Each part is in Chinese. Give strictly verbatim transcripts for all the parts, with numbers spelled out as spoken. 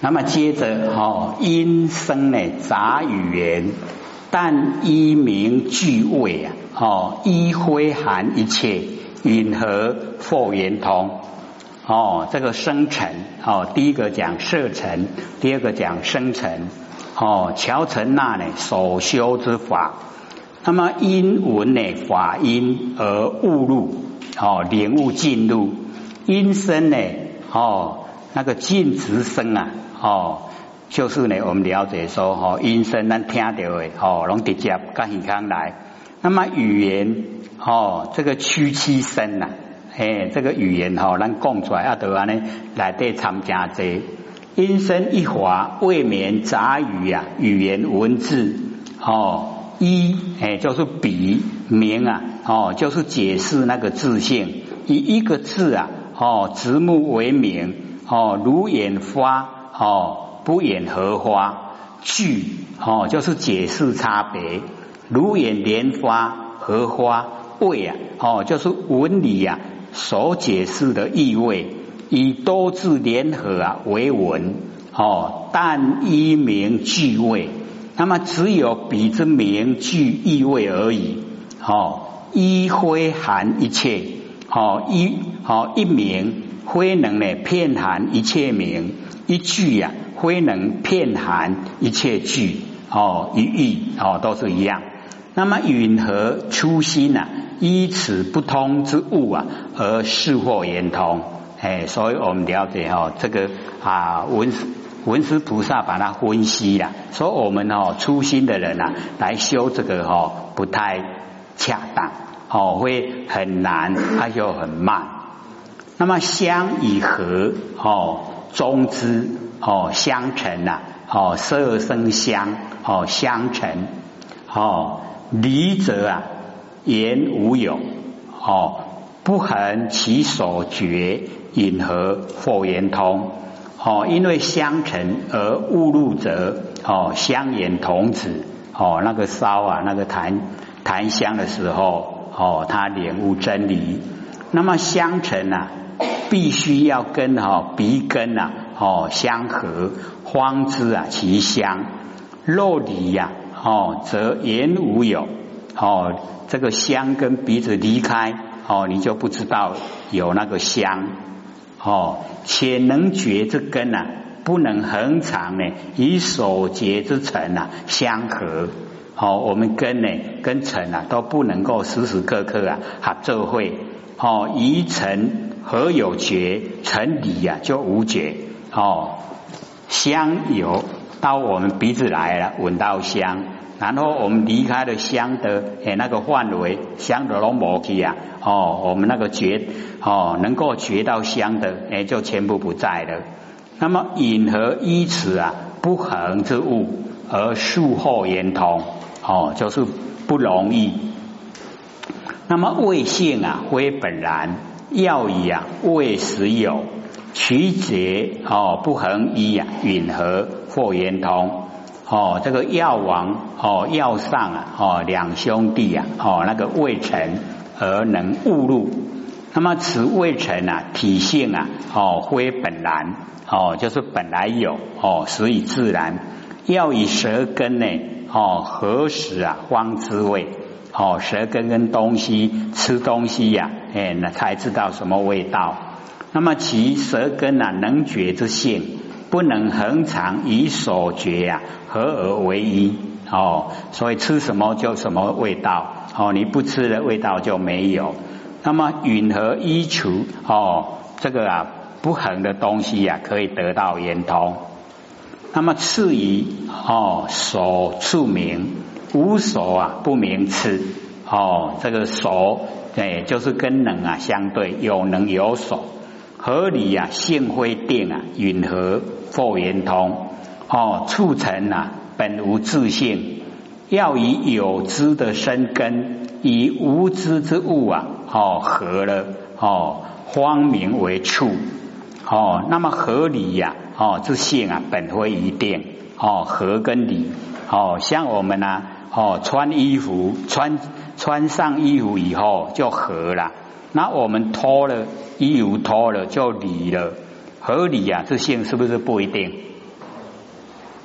那么接着哦，因生呢杂语言，但依名具位啊，哦，依辉含一切，允和复圆通。哦，这个生成哦，第一个讲色成，第二个讲生成。哦，乔成那呢所修之法，那么因闻呢法因而悟入，哦，领悟进入。因生呢，哦，那个尽直生啊，哦，就是呢我们了解说，哦，因生咱听到的，哦，拢直接跟耳康来。那么语言，哦，这个区区生呐、啊，哎，这个语言哈、哦，咱讲出来啊，得安尼来对参加这。因生一华，未免杂语啊，语言文字哦，一哎就是比名啊，哦就是解释那个字性，以一个字啊，哦直目为名，哦如眼花，哦不眼荷花，句哦就是解释差别，如眼莲花、荷花，味啊，哦就是文理啊所解释的意味。以多字联合啊为文哦，但依名具位，那么只有比之名具意味而已哦。依辉含一切哦，一哦一名辉能呢遍含一切名，一句呀、啊、辉能遍含一切句哦，一义哦都是一样。那么允和初心啊，依此不通之物啊，而是或圆通。哎，所以我们了解哦，这个啊文文殊菩萨把它分析了，说我们哦初心的人啊来修这个哦不太恰当哦，会很难，它又很慢。那么相以和哦中之哦相成啊哦色声香哦相成哦离者啊言无有哦不恒其所觉。引和复圆通哦，因为相成而悟入者哦，相言童子哦，那个烧啊，那个檀檀香的时候哦，他领悟真理。那么相成啊，必须要跟哦鼻根啊哦相合，方知啊其香。若离呀哦，则言无有哦，这个香跟鼻子离开哦，你就不知道有那个香。哦，且能觉之根啊，不能恒常呢，以所觉之尘啊相合。哦，我们根呢跟尘啊都不能够时时刻刻啊合作会。哦，以尘合有觉，尘离啊就无觉。哦，香有到我们鼻子来了，闻到香。然后我们离开了香的诶那个范围，香的拢无去啊，哦，我们那个觉哦能够觉到香的，诶就全部不在了。那么引和依此啊不恒之物而术后圆通，哦就是不容易。那么味性啊非本然，要以啊味实有，取解哦不恒依啊允和复圆通。哦，这个药王哦，药上啊，哦，两兄弟啊，哦，那个未成而能悟入。那么此未成啊，体性啊，哦，非本然，哦，就是本来有，哦，实以自然。要以舌根呢，哦，何时啊，方知味？哦，舌根跟东西吃东西呀、啊，哎，那才知道什么味道。那么其舌根啊，能觉之性。不能恒常以所觉呀、啊、合而为一哦，所以吃什么就什么味道哦，你不吃的味道就没有。那么允和依除哦，这个啊不恒的东西呀、啊，可以得到圆通。那么次以哦所处名，无所啊不明次哦，这个所对就是跟能啊相对，有能有所。合理啊，性非定啊，允和复圆通哦，促成啊，本无自性，要以有知的生根，以无知之物啊，哦合了哦，方名为处哦。那么合理呀、啊，哦之性啊，本非一定哦，合跟理哦，像我们啊，哦穿衣服穿穿上衣服以后就合了。那我们脱了衣服脱了就离了，合理啊，这性是不是不一定？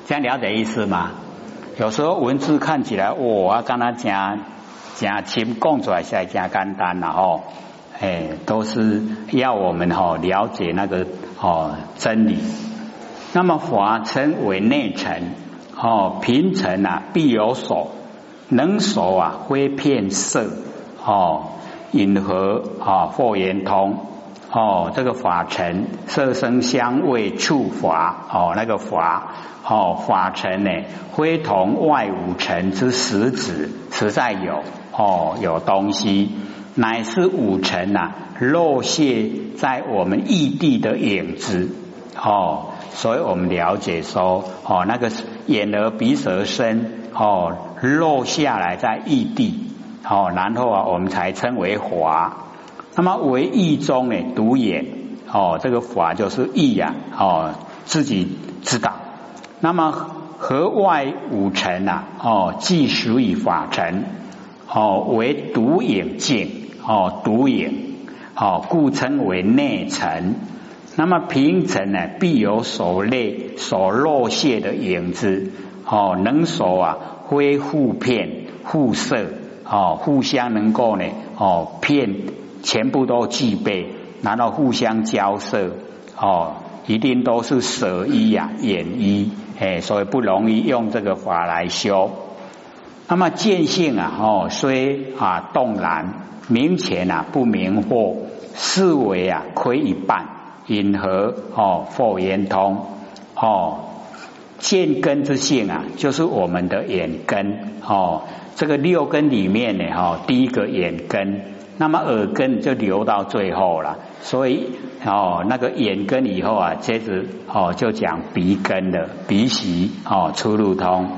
这样了解意思吗？有时候文字看起来，哇，刚才讲讲清讲出来是真简单啦吼，哎，都是要我们吼了解那个哦真理。那么法称为内尘，哦，平尘啊必有所，能所啊非片色，哦，引合啊或圆通，哦，这个法尘色声香味触法，哦，那个法，哦，法尘呢非同外五尘之实质，实在有，哦，有东西，乃是五尘啊漏泄在我们异地的影子，哦。所以我们了解说，哦，那个眼耳鼻舌身，哦，落下来在异地，哦，然后啊，我们才称为法。那么为意中呢，独眼，哦，这个法就是意呀、啊，哦，自己知道。那么河外五尘啊，哦，即属于法尘，哦，为独眼境，哦，独眼，哦，故称为内尘。那么平尘呢，必有所类所落泄的影子，哦，能所啊，非互骗互摄，哦，互相能够呢，哦，骗全部都具备，然后互相交涉，哦，一定都是舍一呀、啊，眼一，哎，所以不容易用这个法来修。那么见性啊，哦，虽啊动然，明前啊不明惑，是为啊亏一半。因何哦或圆通哦见根之性啊，就是我们的眼根哦。这个六根里面呢，哦，第一个眼根，那么耳根就留到最后了。所以哦，那个眼根以后啊，接着哦就讲鼻根了，鼻息哦出入通。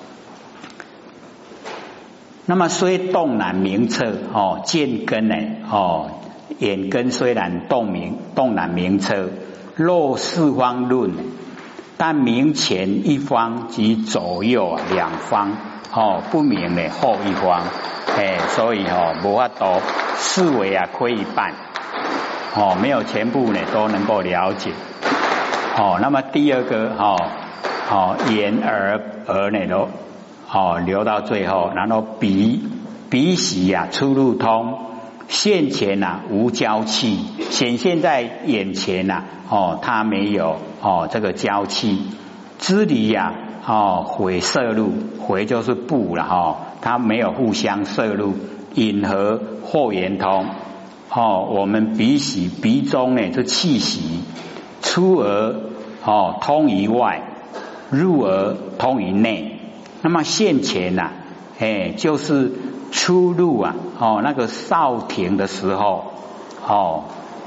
那么虽动难明测哦，见根呢哦。眼根虽然动明动难明测，若四方论，但明前一方及左右啊两方哦不明的后一方，哎，所以哦无法度视为啊亏一半，哦没有全部呢都能够了解，哦那么第二个哦哦眼耳耳呢都哦留到最后，然后鼻鼻息啊出入通。现前呐、啊、无交气，显现在眼前呐、啊、哦，它没有哦这个交气，支离呀哦毁摄入，毁就是不了哈、哦，它没有互相摄入，引合或圆通哦，我们鼻息鼻中呢这气息出而哦通于外，入而通于内，那么现前呐、啊、哎就是。出入啊，哦，那个少停的时候，哦，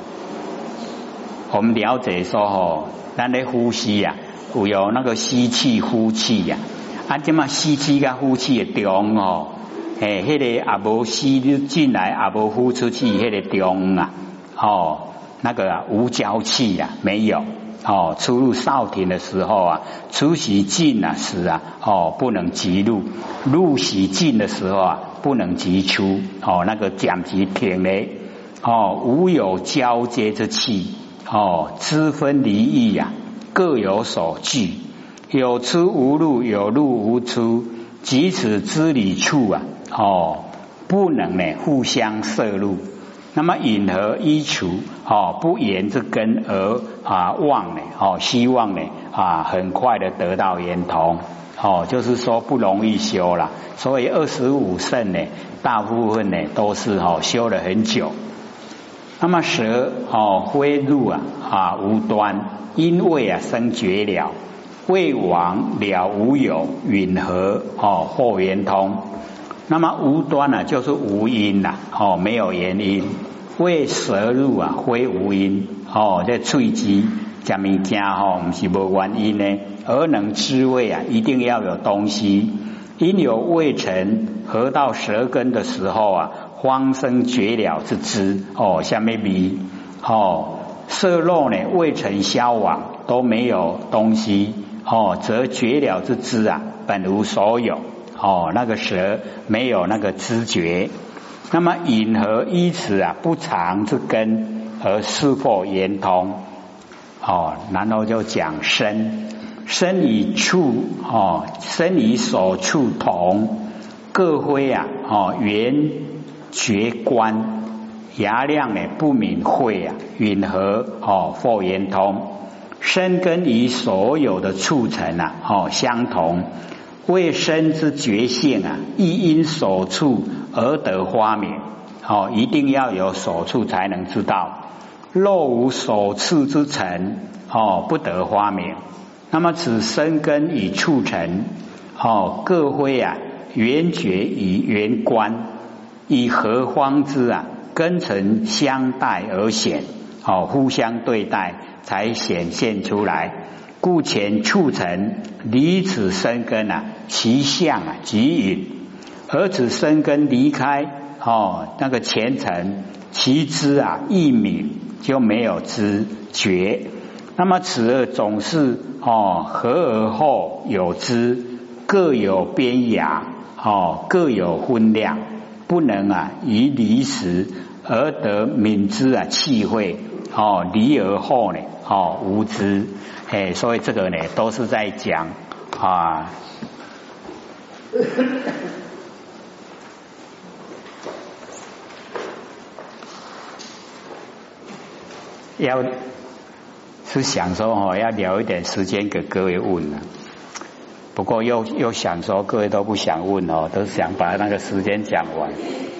我们了解说哦，咱的呼吸呀、啊，有那个吸气、呼气呀、啊，啊，这么吸气跟呼气的中哦，诶，迄、那个也无吸进来，也无呼出去，迄、那个中啊，哦，那个啊无交气呀、啊，没有。哦，出入少停的时候啊，出息进啊时啊，哦不能急入；入息进的时候啊，不能急出。哦，那个讲急停嘞，哦无有交接之气，哦知分离异呀、啊，各有所据，有出无入，有入无出，即此知理处啊，哦不能呢互相摄入。那么引合依除哦，不沿之根而啊望呢哦，希望呢啊很快的得到圆通哦，就是说不容易修了。所以二十五圣呢，大部分呢都是哦修了很久。那么舌哦挥入啊啊无端，因为啊生绝了，未往了无有，允合哦或圆通。那么无端呢、啊，就是无因呐、啊，哦，没有原因。为舌入啊，非无因哦，这喙齿食物件吼，不是无原因呢。而能知味啊，一定要有东西。因有味尘合到舌根的时候啊，方生绝了之知哦，下面味哦，色肉呢味尘消亡都没有东西哦，则绝了之知啊，本无所有。哦，那个舌没有那个知觉，那么引合依此啊不常之根而是否圆通？哦，然后就讲身， 身与处哦，身与所处同，各非啊哦圆觉观，牙量呢不敏慧啊，允和哦佛圆通，身根与所有的处尘啊哦相同，为身之觉性啊，亦因所处而得发明。哦，一定要有所处才能知道，若无所处之尘，哦，不得发明。那么此身根与处尘，哦，各非啊圆觉与圆观，以何方之啊根尘相待而显，哦，互相对待才显现出来。故前处尘离此身根啊，其相啊即隐；而此身根离开。哦，那个前尘其知啊一泯，就没有知觉。那么此二总是哦合而后有知，各有边牙，哦各有分量，不能啊以离时而得敏知啊气会，哦离而后呢哦无知。哎，所以这个呢都是在讲啊。要是想说哦，要留一点时间给各位问啊，不过又又想说各位都不想问哦，都想把那个时间讲完。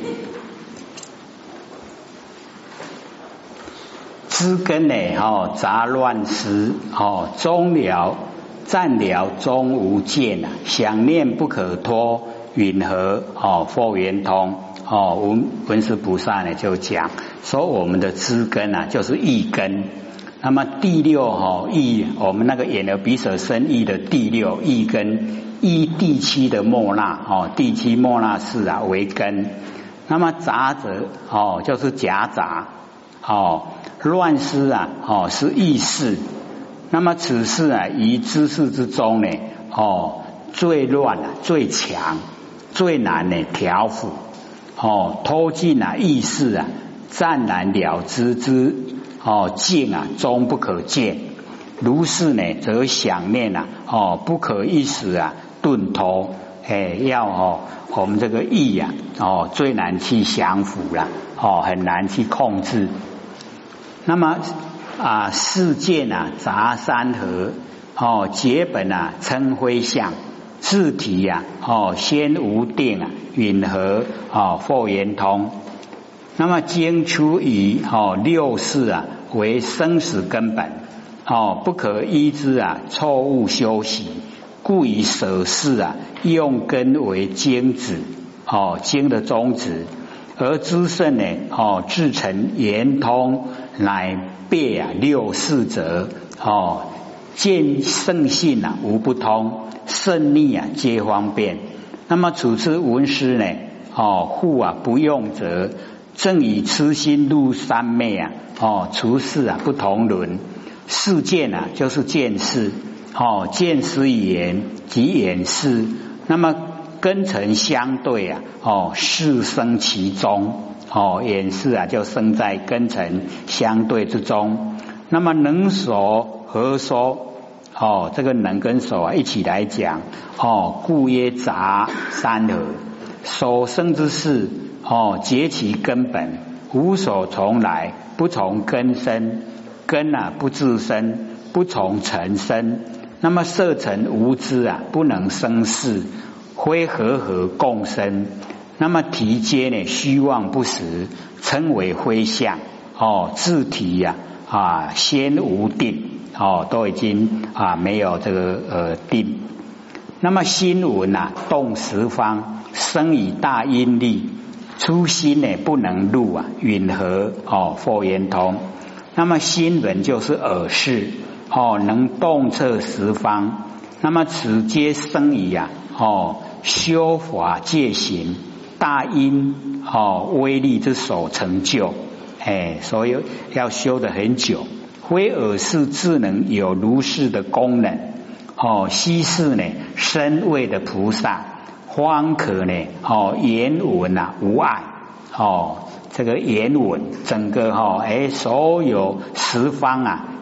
知根呢哦杂乱思哦终了暂了终无见啊，想念不可脱，允和哦佛圆通。哦，文文殊菩萨呢就讲说，我们的知根啊就是意根。那么第六哈意，我们那个眼耳鼻舌身意的第六意根，依第七的末那哦，第七末那识啊为根。那么杂者哦就是夹杂哦，乱思啊哦是意识。那么此事啊于知识之中呢哦最乱啊最强最难呢调伏。哦，偷尽啊意识啊，暂然了知之哦境啊终不可见。如是呢，则想念啊哦不可一时啊顿脱。哎，要哦我们这个意呀、啊、哦最难去降服了哦，很难去控制。那么啊世间啊杂三合哦结本啊称非相。自体呀、啊，哦，先无定啊，允和哦，佛圆通。那么经出以哦六事啊为生死根本，哦，不可依之啊，错误修习，故以舍事啊，用根为经旨，哦，经的宗旨，而知圣呢，哦，自成圆通，乃别啊六事者，哦，见圣性啊，无不通。胜利啊，皆方便。那么处之文思呢？哦，护啊不用则，正以痴心入三昧啊。哦，处事啊不同伦。事见啊，就是见识。哦，见识言即眼识。那么根尘相对啊。哦，事生其中。哦，眼识啊，就生在根尘相对之中。那么能所何说？哦，这个能跟所啊一起来讲哦，故曰杂三合，所生之事哦，结其根本，无所从来，不从根生，根啊不自生，不从尘生。那么色尘无知啊，不能生事，非和合共生。那么体皆呢虚妄不实，称为非相哦，自体呀 啊, 啊先无定。哦，都已经啊没有这个呃定。那么心闻啊动十方，生以大阴力，初心呢不能入啊，允和哦佛圆通。那么心闻就是耳识哦，能洞彻十方。那么此皆生以啊哦修法戒行大阴哦威力之所成就。哎，所以要修得很久。非耳识智能有如是的功能哦，悉是呢身位的菩萨，方可呢哦言闻啊无碍哦，这个言闻整个哈、哦、哎所有十方啊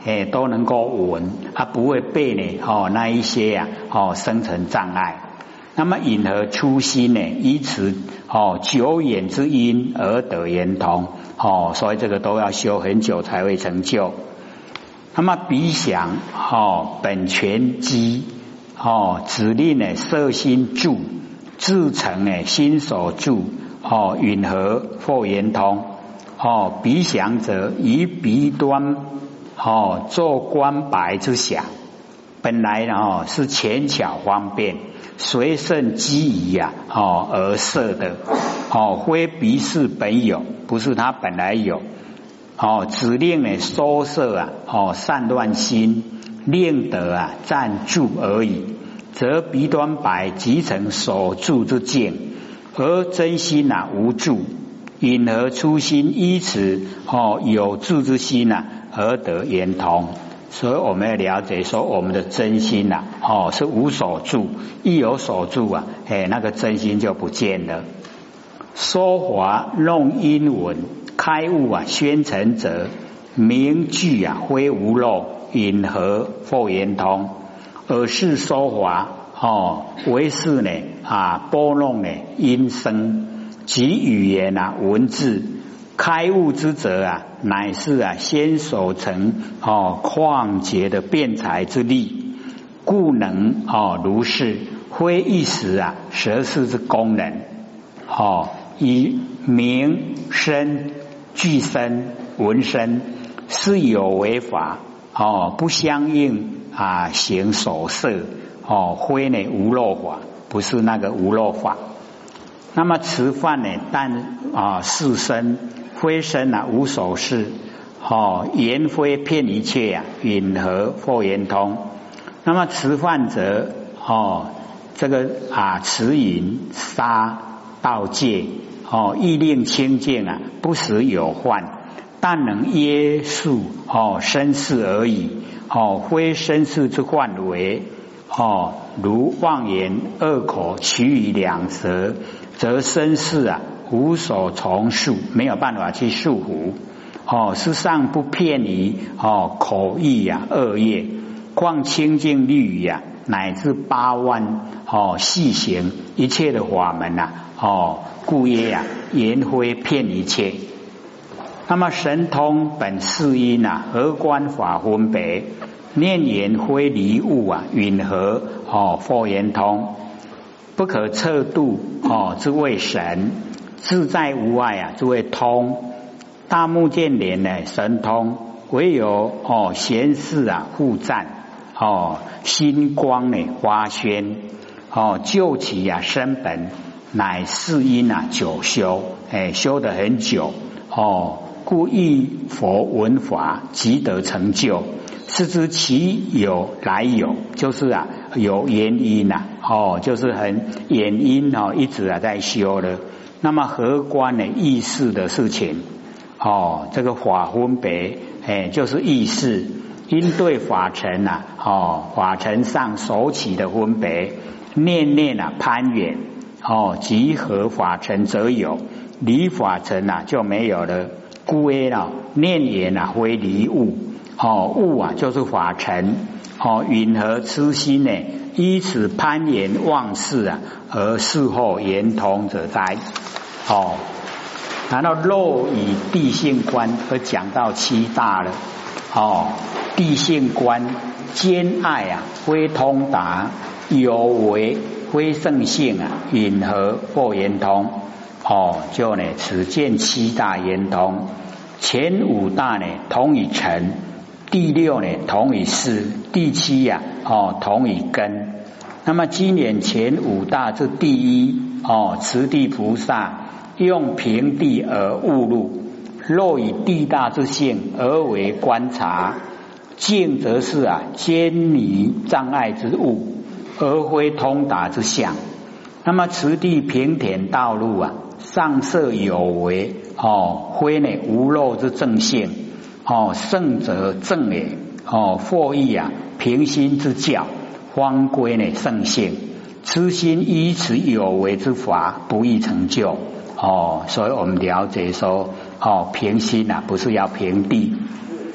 诶都能够闻，它不会被呢哦那一些呀哦生成障碍。那么引何初心呢？依此哦久远之因而得圆通哦，所以这个都要修很久才会成就。那么彼想哦本权机哦指令呢摄心住自成呢心所住哦允和或圆通哦彼想者以彼端哦做观白之想，本来哦是浅巧方便。随顺机宜呀，哦而设的，哦非彼事本有，不是他本来有，哦指令呢收摄啊，哦散乱心，令得啊暂住而已，则彼端白即成所住之境，而真心啊无住，因何初心依此哦有住之心啊而得圆通。所以我们要了解说，我们的真心呐、啊，哦是无所住，一有所住啊，哎那个真心就不见了。说法弄因闻，开悟啊，宣成者名句啊，非无漏，因何复圆通？而是说法哦，为是呢啊，拨弄呢音声及语言啊，文字。开悟之者啊，乃是啊先手成哦旷劫的辩才之力，故能哦如是，非一时啊蛇事之功能。哦，以名声、具身、闻声是有为法哦，不相应啊行所摄哦，非呢无漏法，不是那个无漏法。那么持饭呢，但啊是身。非身啊，无所事，哦，言非骗一切呀、啊，允和或圆通。那么持饭者，哦，这个啊，持饮、杀、盗戒，哦，意令清净啊，不使有患，但能约束哦身事而已，哦，非身事之范围，哦，如妄言恶口，其余两舌，则身事啊。无所从束，没有办法去束缚。哦，世上不偏离哦口意呀、啊、恶业，况清净律仪呀、啊，乃至八万哦细行一切的法门呐、啊，哦故曰呀、啊、言非骗一切。那么神通本是因啊，何观法分别？念言非离物啊，允何哦复圆通？不可测度哦之谓神。自在无碍啊，诸位通大目犍连呢神通，唯有哦贤士啊互赞哦心光呢发宣哦救其啊身本，乃是因啊久修，哎修得很久哦，故忆佛闻法即得成就，是知其有来有，就是啊有原因呐、啊、哦，就是很原因哦，一直啊在修了。那么何观呢意识的事情哦，这个法分别哎就是意识，因对法尘呐、啊、哦法尘上所起的分别，念念啊攀缘哦，集合法尘则有，离法尘啊就没有了。故曰啊念言啊非离物哦，物啊就是法尘哦，允何痴心呢？依此攀缘妄事啊，而事后圆通者哉？哦，然后漏以地性观而讲到七大了。哦，地性观兼爱啊，非通达，有为非圣性啊，允何或圆通？哦，就呢此见七大圆通，前五大呢同以成，第六呢同以事，第七呀、啊、哦同以根。那么今年前五大之第一哦，持地菩萨用平地而悟入，若以地大之性而为观察，境则是啊坚离障碍之物，而非通达之相。那么持地平田道路啊，上设有为哦，非呢无漏之正性哦，圣者正也哦，或亦啊平心之教，方归呢圣性。痴心依此有为之法，不易成就哦。所以我们了解说哦，平心啊不是要平地。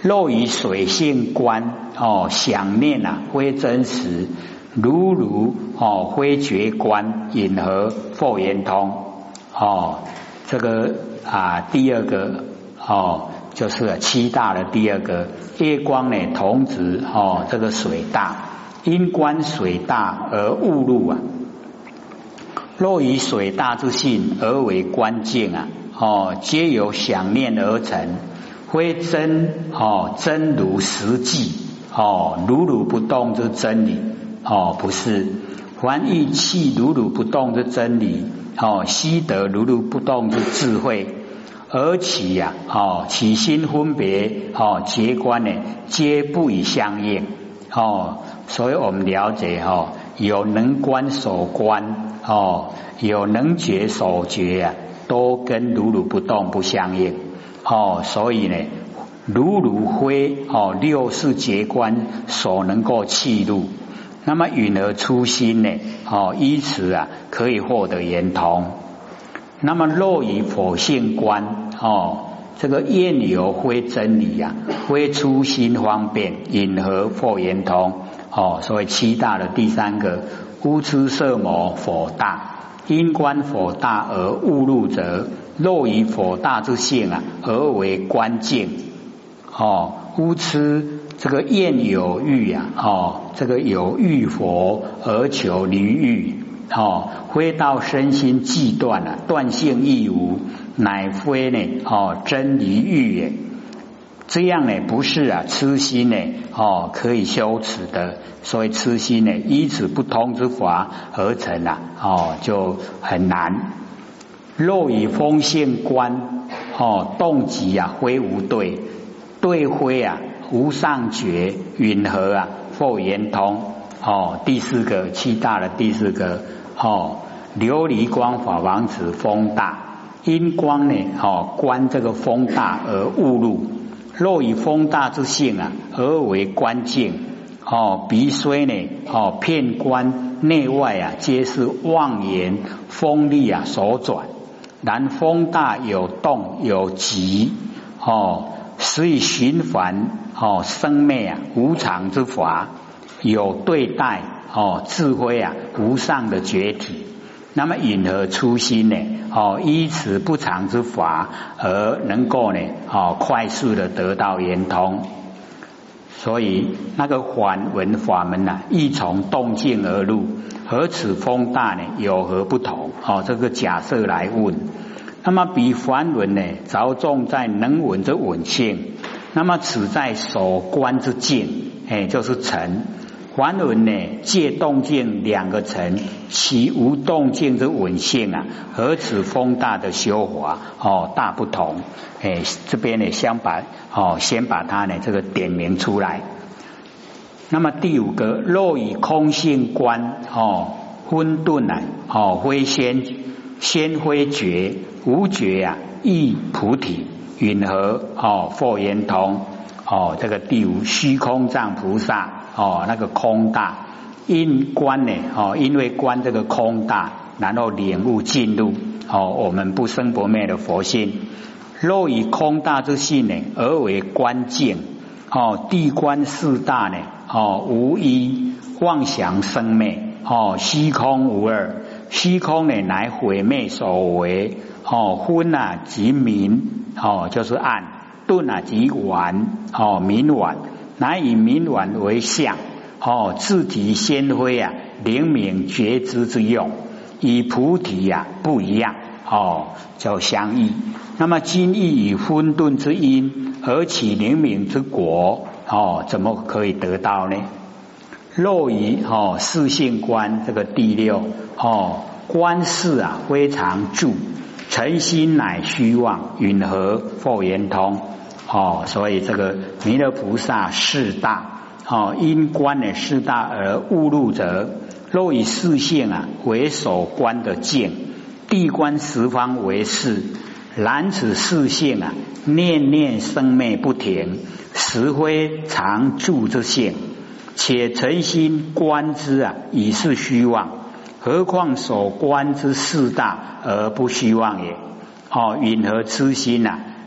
若以水性观哦，想念啊，非真实，如如哦，非觉观，引合复圆通哦。这个啊，第二个哦，就是七大的第二个业光呢，同指哦，这个水大，因观水大而误入啊。若以水大之性而为观境啊，哦，皆由想念而成，非真哦，真如实际哦，如如不动之真理哦，不是。凡欲气如如不动之真理哦，悉得如如不动之智慧，而起呀哦，起心分别哦，结观呢，皆不以相应哦。所以我们了解哦，有能观所观哦，有能觉所觉啊，都跟如如不动不相应哦。所以呢，如如非哦六世觉观所能够契入。那么允而初心呢？哦，依此啊，可以获得圆通。那么若以佛性观哦，这个验有非真理呀、啊，非初心方便，引合复圆通哦。所以七大的第三个，乌痴色魔佛大，因观佛大而误入者，若以佛大之性啊，而为观境哦，乌痴。这个厌有欲啊，哦，这个有欲佛而求离欲，哦，非到身心既断了、啊，断性亦无，乃非呢，哦，真离欲也。这样呢，不是啊，痴心呢，哦，可以修持的。所以痴心呢，依此不通之法而成啊，哦，就很难。若以风性观，哦，动机啊，非无对，对非啊。无上觉允合啊，复圆通哦。第四个七大的第四个哦，琉璃光法王子风大，因光呢哦观这个风大而误入。若以风大之性啊，而为观境哦，彼虽呢哦遍观内外啊，皆是妄言风力啊所转。然风大有动有急哦。所以循环哦，生灭啊，无常之法有对待哦，智慧啊，无上的觉体。那么引合初心呢？哦，依此不常之法而能够呢，哦，快速的得到圆通。所以那个梵文法门呐、啊，亦从动静而入，和此风大呢有何不同？哦，这个假设来问。那么比梵文呢，着重在能闻之稳性，那么此在所观之境，哎，就是尘。梵文呢，借动静两个尘，其无动静之稳性啊，和此风大的修法哦，大不同。哎，这边呢，先把哦，先把它呢这个点明出来。那么第五个，若以空性观哦，混沌啊，哦，非先先非觉。无觉啊，亦菩提允合哦，复圆通哦。这个第五虚空藏菩萨哦，那个空大因观呢哦，因为观这个空大，然后领悟进入哦，我们不生不灭的佛性。若以空大之性呢，而为观境哦，地观四大呢哦，无一妄想生灭哦，虚空无二，虚空呢乃毁灭所为。哦，昏啊即明，哦就是暗；顿啊即晚，哦明晚，乃以明晚为相，哦自体先非啊，灵敏觉知之用，与菩提啊不一样，哦就相异。那么今亦以混沌之因而起灵敏之果，哦怎么可以得到呢？若以哦四性观这个第六哦观事啊非常住。诚心乃虚妄，允合复圆通哦。所以这个弥勒菩萨四大哦，因观呢四大而误入者，若以四性啊为所观的境，地观十方为是。然此四性啊，念念生灭不停，实非常住之性，且诚心观之啊，已是虚妄。何况所观之四大而不虚妄也？哦，允合痴心呐、啊，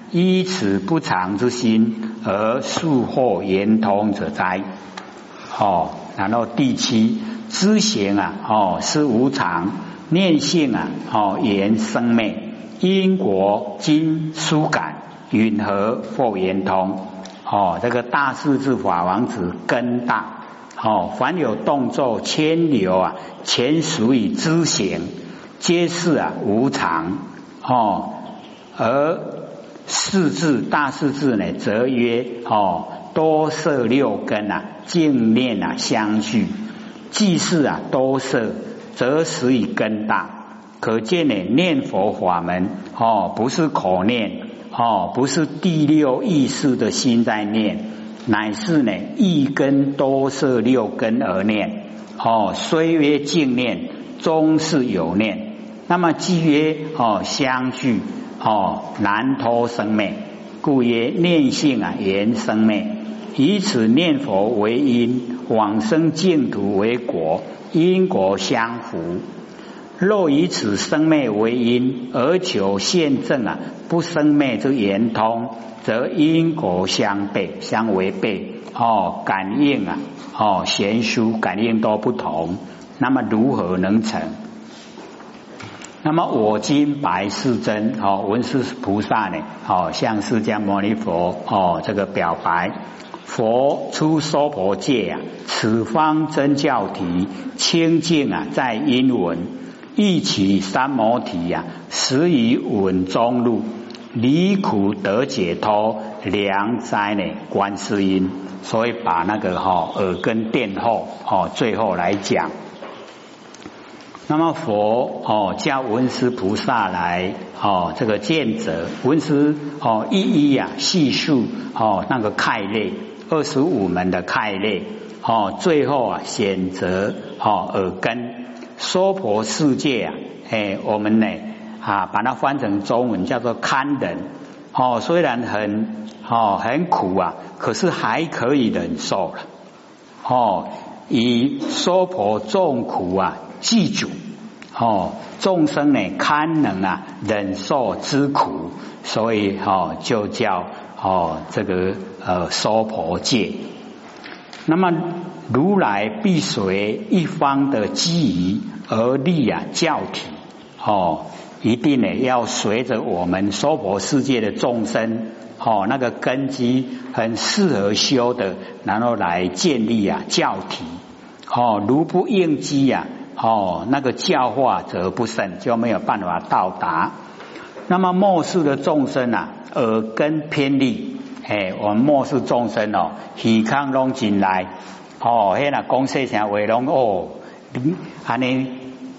依此不常之心而速获圆通者哉。哦，然后第七，知行啊，哦是无常，念性啊，哦言生灭，因果今殊感，允和或圆通。哦，这个大势至法王子根大。哦，凡有动作牵流啊，全属于知行，皆是啊无常。哦，而四字大四字呢，则曰哦多摄六根啊，净念啊相续，既是啊多摄，则实以根大。可见呢，念佛法门哦，不是口念哦，不是第六意识的心在念，乃是呢一根多摄六根而念。哦，虽曰净念，终是有念。那么既曰哦相续哦难脱生灭，故曰念性啊言生灭。以此念佛为因，往生净土为果，因果相符。若以此生灭为因，而求现证啊不生灭之圆通，则因果相悖，相违背。哦，感应啊，哦贤殊感应都不同，那么如何能成？那么我今白世尊哦，文殊菩萨呢哦，向释迦牟尼佛哦这个表白，佛出娑婆界啊，此方真教体清净啊，在因闻，一起三摩提呀、啊，实以稳中路，离苦得解脱，良哉呢观世音。所以把那个哈、哦、耳根殿后哦，最后来讲。那么佛哦叫文殊菩萨来哦这个见者，文殊哦一一啊细数哦那个开类二十五门的开类哦，最后啊选择哦耳根。娑婆世界啊，哎我们呢啊把它翻成中文叫做堪忍哦，虽然很哦很苦啊，可是还可以忍受了哦，以娑婆众苦啊记住。哦，众生呢堪能啊忍受之苦，所以哦就叫哦这个呃娑婆界。那么如来必随一方的机宜而立啊教体哦，一定呢要随着我们娑婆世界的众生哦那个根基很适合修的，然后来建立啊教体哦，如不应机呀、啊。哦，那个教化则不甚，就没有办法到达。那么末世的众生啊，耳根偏利，哎，我们末世众生哦，耳康拢进来，哦，迄那讲说啥话拢哦，安尼，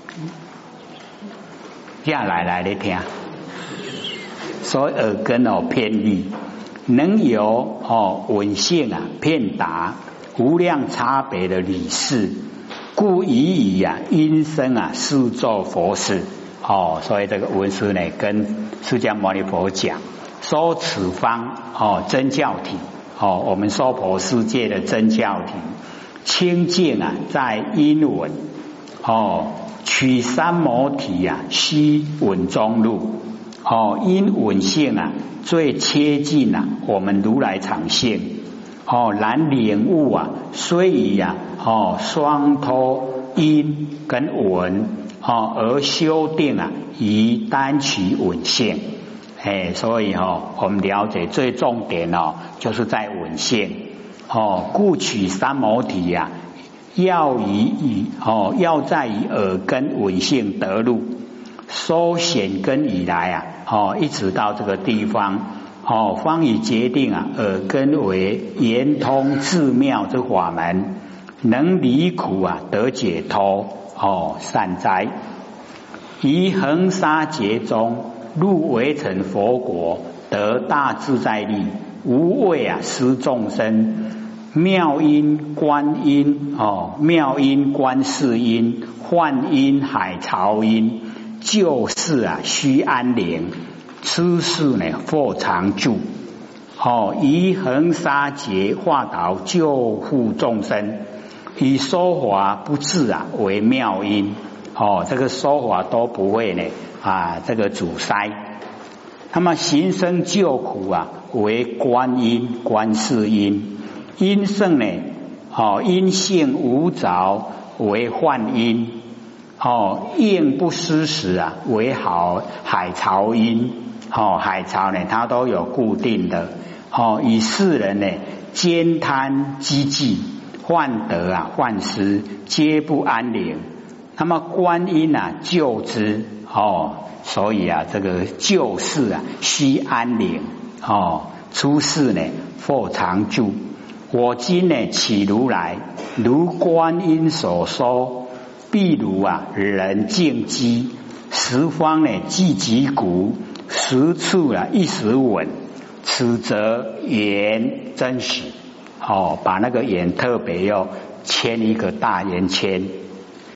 下来来咧听，所以耳根哦偏利，能有哦稳性啊遍达无量差别的理事。故以以啊因生啊是作佛事哦，所以这个文殊呢跟释迦牟尼佛讲，说此方哦真教体哦，我们娑婆世界的真教体清净啊，在因闻哦，取三摩提啊，须稳中路哦，因闻性啊最切近啊我们如来常性哦，然领悟啊，虽以啊。哦，双脱因跟闻哦，而修定啊，以单取闻性。哎，所以哦，我们了解最重点哦，就是在闻性哦。故取三摩提呀、啊，要以以哦，要在以耳根闻性得入，收显根以来啊，哦，一直到这个地方哦，方以决定啊，耳根为圆通至妙之法门。能离苦啊，得解脱哦，善哉！于恒沙劫中入围成佛国，得大自在力，无畏啊施众生。妙音观音哦，妙音观世音，幻音海潮音，救世啊须安宁，此事呢或常住哦，于恒沙劫化导救护众生。以说法不至啊为妙音哦，这个说法都不会呢啊这个阻塞。 那么行生救苦啊，为观音、观世音。音圣呢，哦，音性无着，为幻音。哦，应不失时啊，为好海潮音。哦，海潮呢，它都有固定的。哦，以世人呢，兼贪积忌，患得啊，患失，皆不安宁。那么观音啊，救之。哦，所以啊，这个救世啊，须安宁。哦，出世呢，复常住。我今呢，起如来，如观音所说，必如啊，人静机，十方呢，积极鼓，十处啊，一时稳。此则圆真实。哦，把那个圆特别要牵一个大圆圈。